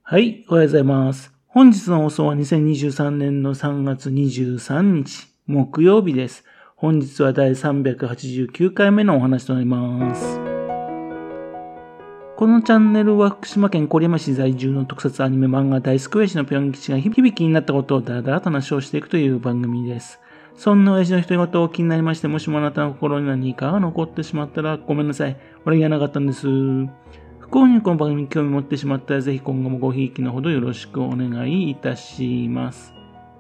はい、おはようございます。本日の放送は2023年の3月23日、木曜日です。本日は第389回目のお話となります。このチャンネルは福島県郡山市在住の特撮アニメ漫画大好き親父のぴょん吉が日々気になったことをだらだらと話をしていくという番組です。そんな親父の独り言を気になりまして、もしもあなたの心に何かが残ってしまったらごめんなさい。俺がなかったんです。不幸にこの番組に興味持ってしまったら、ぜひ今後もごひいきのほどよろしくお願いいたします。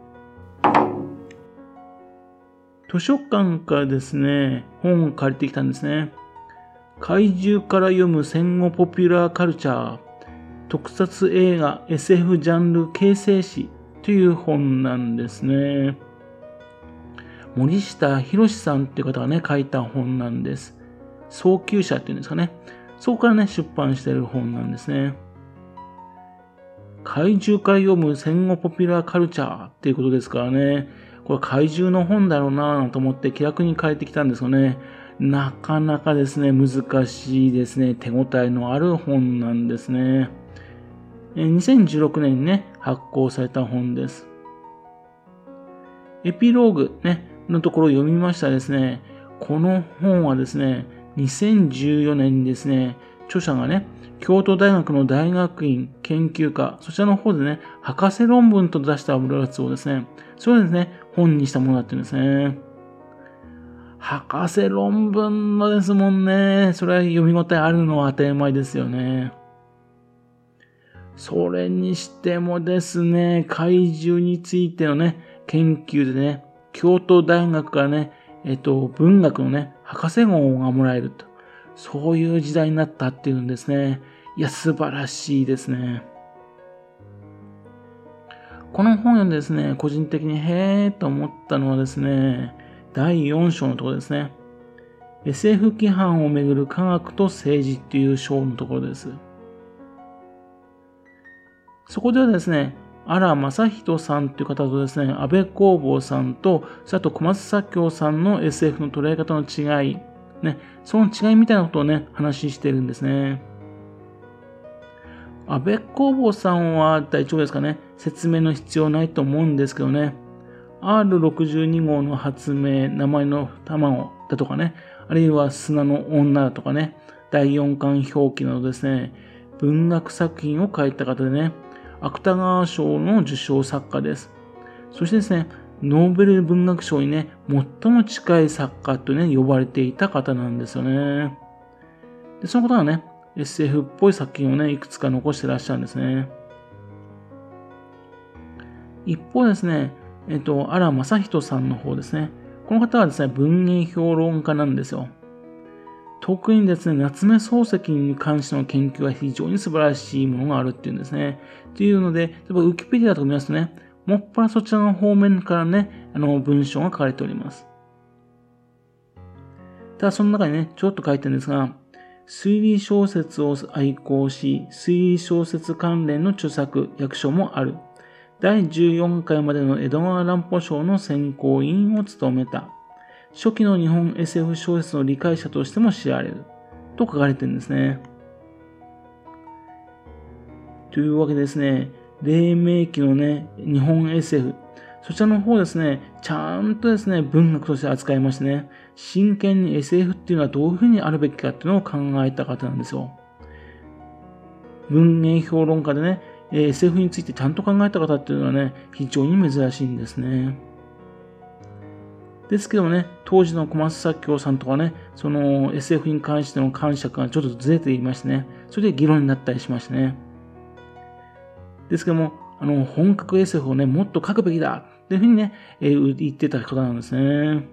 図書館からですね、本を借りてきたんですね。怪獣から読む戦後ポピュラーカルチャー、特撮映画 SF ジャンル形成史という本なんですね。森下博さんっていう方がね、書いた本なんです。早急者っていうんですかね。そこからね、出版している本なんですね。怪獣から読む戦後ポピュラーカルチャーっていうことですからね。これ怪獣の本だろうなと思って気楽に借りてきたんですよね。なかなかですね、難しいですね。手応えのある本なんですね。2016年にね、発行された本です。エピローグね、のところを読みましたですね。この本はですね、2014年にですね、著者がね、京都大学の大学院研究科、そちらの方でね、博士論文と出したやつをですね、それをですね、本にしたものだっていうんですね。博士論文のですもんね。それは読み応えあるのは当たり前ですよね。それにしてもですね、怪獣についてのね、研究でね、京都大学からね、文学のね、博士号がもらえると。そういう時代になったっていうんですね。いや、素晴らしいですね。この本読んでですね、個人的にへーと思ったのはですね、第4章のところですね。SF 規範をめぐる科学と政治っていう章のところです。そこではですね、荒正人さんという方とですね、安倍公房さんと、あと小松左京さんの SF の捉え方の違い、ね、その違いみたいなことをね、話してるんですね。安倍公房さんは大丈夫ですかね。説明の必要ないと思うんですけどね。R62 号の発明、名前の卵だとかね、あるいは砂の女だとかね、第4巻表記などですね、文学作品を書いた方でね、芥川賞の受賞作家です。そしてですね、ノーベル文学賞にね、最も近い作家とね、呼ばれていた方なんですよね。で、その方がね、SF っぽい作品をね、いくつか残してらっしゃるんですね。一方ですね、荒正人さんの方ですね。この方はですね、文芸評論家なんですよ。特にですね、夏目漱石に関しての研究は非常に素晴らしいものがあるっていうんですね。というので、例えばウィキペディアとか見ますとね、もっぱらそちらの方面からね、文章が書かれております。ただその中にね、ちょっと書いてるんですが、推理小説を愛好し、推理小説関連の著作、訳書もある。第14回までの江戸川乱歩賞の選考委員を務めた。初期の日本 SF 小説の理解者としても知られる。と書かれてるんですね。というわけでですね、黎明期のね、日本 SF、そちらの方ですね、ちゃんとですね、文学として扱いましてね、真剣に SF っていうのはどういうふうにあるべきかっていうのを考えた方なんですよ。文芸評論家でね、SF についてちゃんと考えた方っていうのはね、非常に珍しいんですね。ですけどもね、当時の小松左京さんとかね、その SF に関しての解釈がちょっとずれていましてね、それで議論になったりしましてね。ですけども、本格 SF をね、もっと書くべきだっていうふうにね、言ってた方なんですね。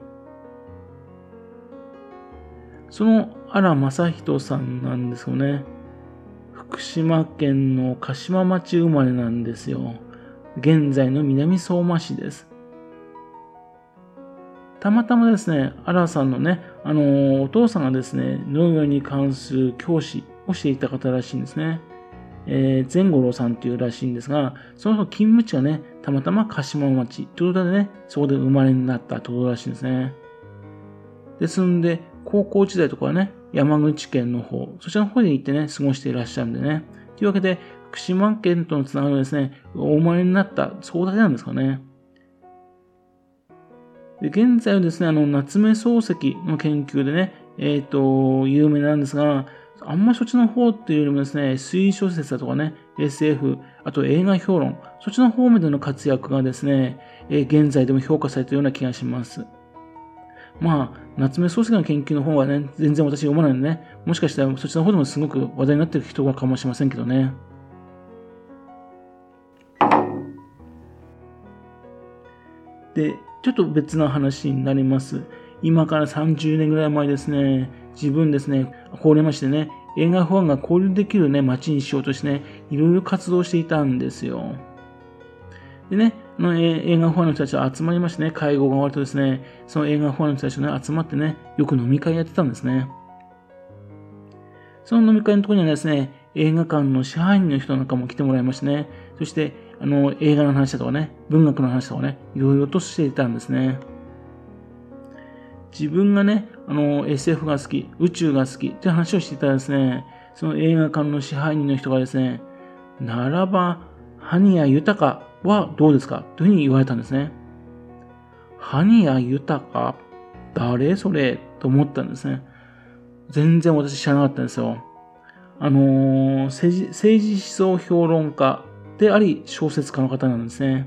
その荒正人さんなんですよね。福島県の鹿島町生まれなんですよ。現在の南相馬市です。たまたまですね、荒さんのね、お父さんがですね、農業に関する教師をしていた方らしいんですね。善五郎さんっていうらしいんですが、その勤務地がね、たまたま鹿島町ということでね、そこで生まれになったところらしいんですね。ですんで、高校時代とかはね、山口県の方、そちらの方に行ってね、過ごしていらっしゃるんでね。というわけで、 福島県とのつながりをですね、お生まれになった、そうだけなんですかね。で現在はですね、夏目漱石の研究でね、有名なんですが、あんまりそっちの方っていうよりもですね、推理小説だとかね、SF、あと映画評論、そっちの方面での活躍がですね、現在でも評価されているような気がします。まあ、夏目漱石の研究の方はね、全然私読まないのでね、もしかしたらそっちの方でもすごく話題になっている人かもしれませんけどね。で、ちょっと別な話になります。今から30年ぐらい前ですね、自分ですね、高齢ましてね、映画ファンが交流できるね、街にしようとしてね、いろいろ活動していたんですよ。でね、映画ファンの人たちは集まりましてね、会合が終わるとですね、その映画ファンの人たちとね、集まってね、よく飲み会やってたんですね。その飲み会のところにはですね、映画館の支配人の人なんかも来てもらいましてね、そして、映画の話だとかね、文学の話とかね、いろいろとしていたんですね。自分がね、SF が好き、宇宙が好きって話をしていたらですね、その映画館の支配人の人がですね、ならば、埴谷豊はどうですかというふうに言われたんですね。埴谷豊誰それと思ったんですね。全然私知らなかったんですよ。政治思想評論家であり小説家の方なんですね。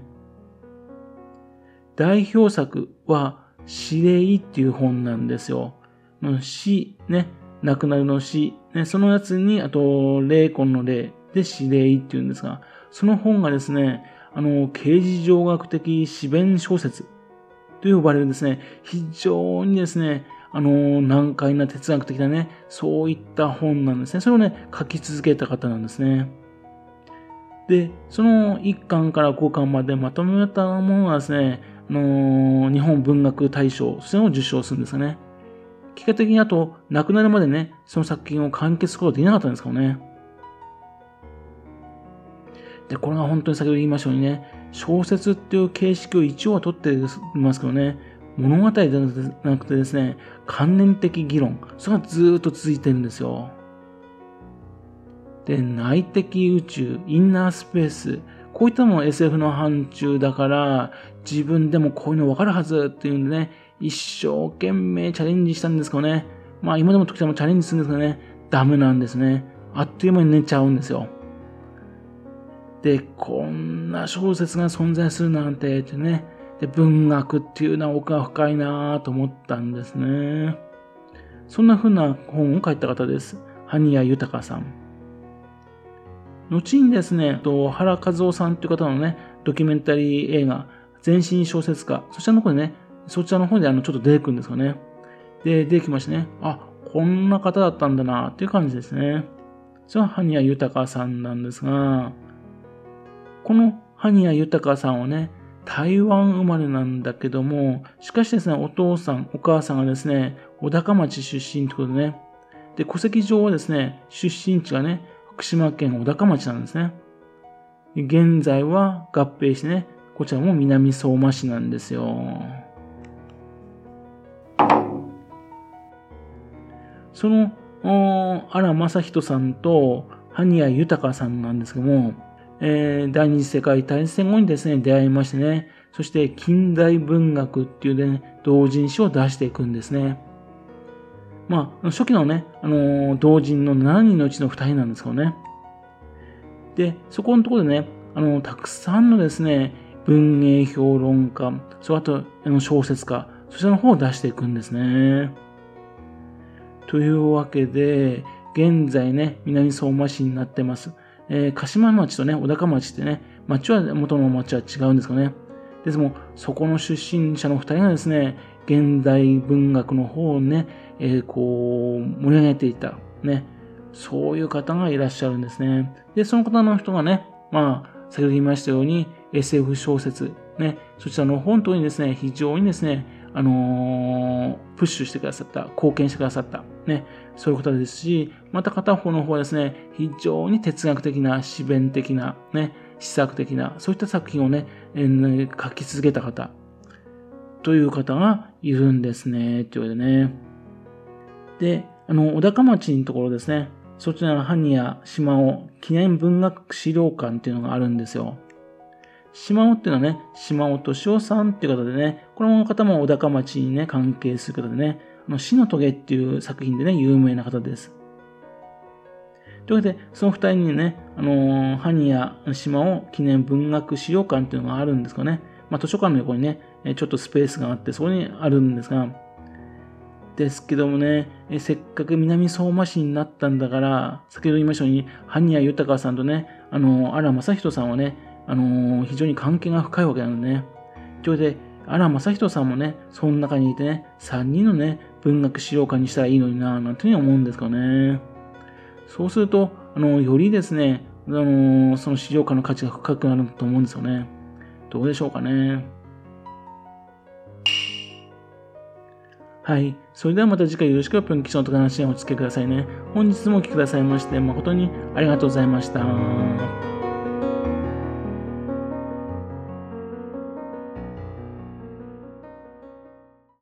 代表作は死霊っていう本なんですよ。死、ね、亡くなるの死、ね、そのやつに、あと、霊魂の霊で死霊っていうんですが、その本がですね、刑事上学的詩弁小説と呼ばれるですね、非常にですね、難解な哲学的なね、そういった本なんですね。それをね、書き続けた方なんですね。で、その1巻から5巻までまとめたものはですね、日本文学大賞、それを受賞するんですよね。結果的にあと、亡くなるまでね、その作品を完結することができなかったんですからね。で、これが本当に先ほど言いましたようにね、小説っていう形式を一応は取っていますけどね、物語ではなくてですね、観念的議論、それがずっと続いてるんですよ。で、内的宇宙、インナースペース、こういったのも SF の範疇だから、自分でもこういうの分かるはずっていうんでね、一生懸命チャレンジしたんですけどね、まあ今でも時たまチャレンジするんですけどね、ダメなんですね。あっという間に寝ちゃうんですよ。で、こんな小説が存在するなんて、ってね。で、文学っていうのは奥が深いなぁと思ったんですね。そんな風な本を書いた方です。埴谷豊さん。後にですね、原和夫さんという方のね、ドキュメンタリー映画、全身小説家、そちらの方でね、そちらの方でちょっと出てくるんですよね。で、出てきましてね、あ、こんな方だったんだなっていう感じですね。それは埴谷豊さんなんですが、この埴谷豊さんはね、台湾生まれなんだけども、しかしですね、お父さん、お母さんがですね、小高町出身ということでね、で、戸籍上はですね、出身地がね、福島県小高町なんですね。現在は合併してね、こちらも南相馬市なんですよ。その、荒正人さんと埴谷豊さんなんですけども、第二次世界大戦後にですね、出会いましてね、そして近代文学っていうね、同人誌を出していくんですね。まあ、初期のね、同人の7人のうちの2人なんですけどね。で、そこのところでね、たくさんのですね、文芸評論家、それあと、小説家、そちらの方を出していくんですね。というわけで、現在ね、南相馬市になってます。鹿島町とね、小高町ってね、元の町は違うんですかね。ですも、そこの出身者の2人がですね、現代文学の方をね、盛り上げていた、ね、そういう方がいらっしゃるんですね。で、その方の人がね、まあ、先ほど言いましたように、SF 小説、ね、そちらの本当にですね、非常にですね、プッシュしてくださった、貢献してくださった、ね、そういうことですし、また片方の方はですね、非常に哲学的な、詩弁的な、ね、詩作的な、そういった作品をね、書き続けた方、という方がいるんですね、というわけでね。で、小高町のところですね、 そちらの埴屋島尾記念文学資料館っていうのがあるんですよ。島尾っていうのはね、島尾敏夫さんっていう方でね、この方も小高町にね、関係する方でね、死の棘っていう作品でね、有名な方です。というわけで、その二人にね、埴屋島尾記念文学資料館っていうのがあるんですかね。図書館の横にね、ちょっとスペースがあって、そこにあるんですが、ですけどもね、せっかく南相馬市になったんだから、先ほど言いましたように、埴屋豊さんとね、荒正人さんはね、非常に関係が深いわけなのでね。というわけで、荒正人さんもね、その中にいてね、3人のね、文学資料館にしたらいいのにな、なんていうふうに思うんですかね。そうすると、よりですね、その資料館の価値が深くなると思うんですよね。どうでしょうかね。はい。それではまた次回よろしくぷんきちのとかの支援をお付けくださいね。本日もお聞きくださいまして、誠にありがとうございました。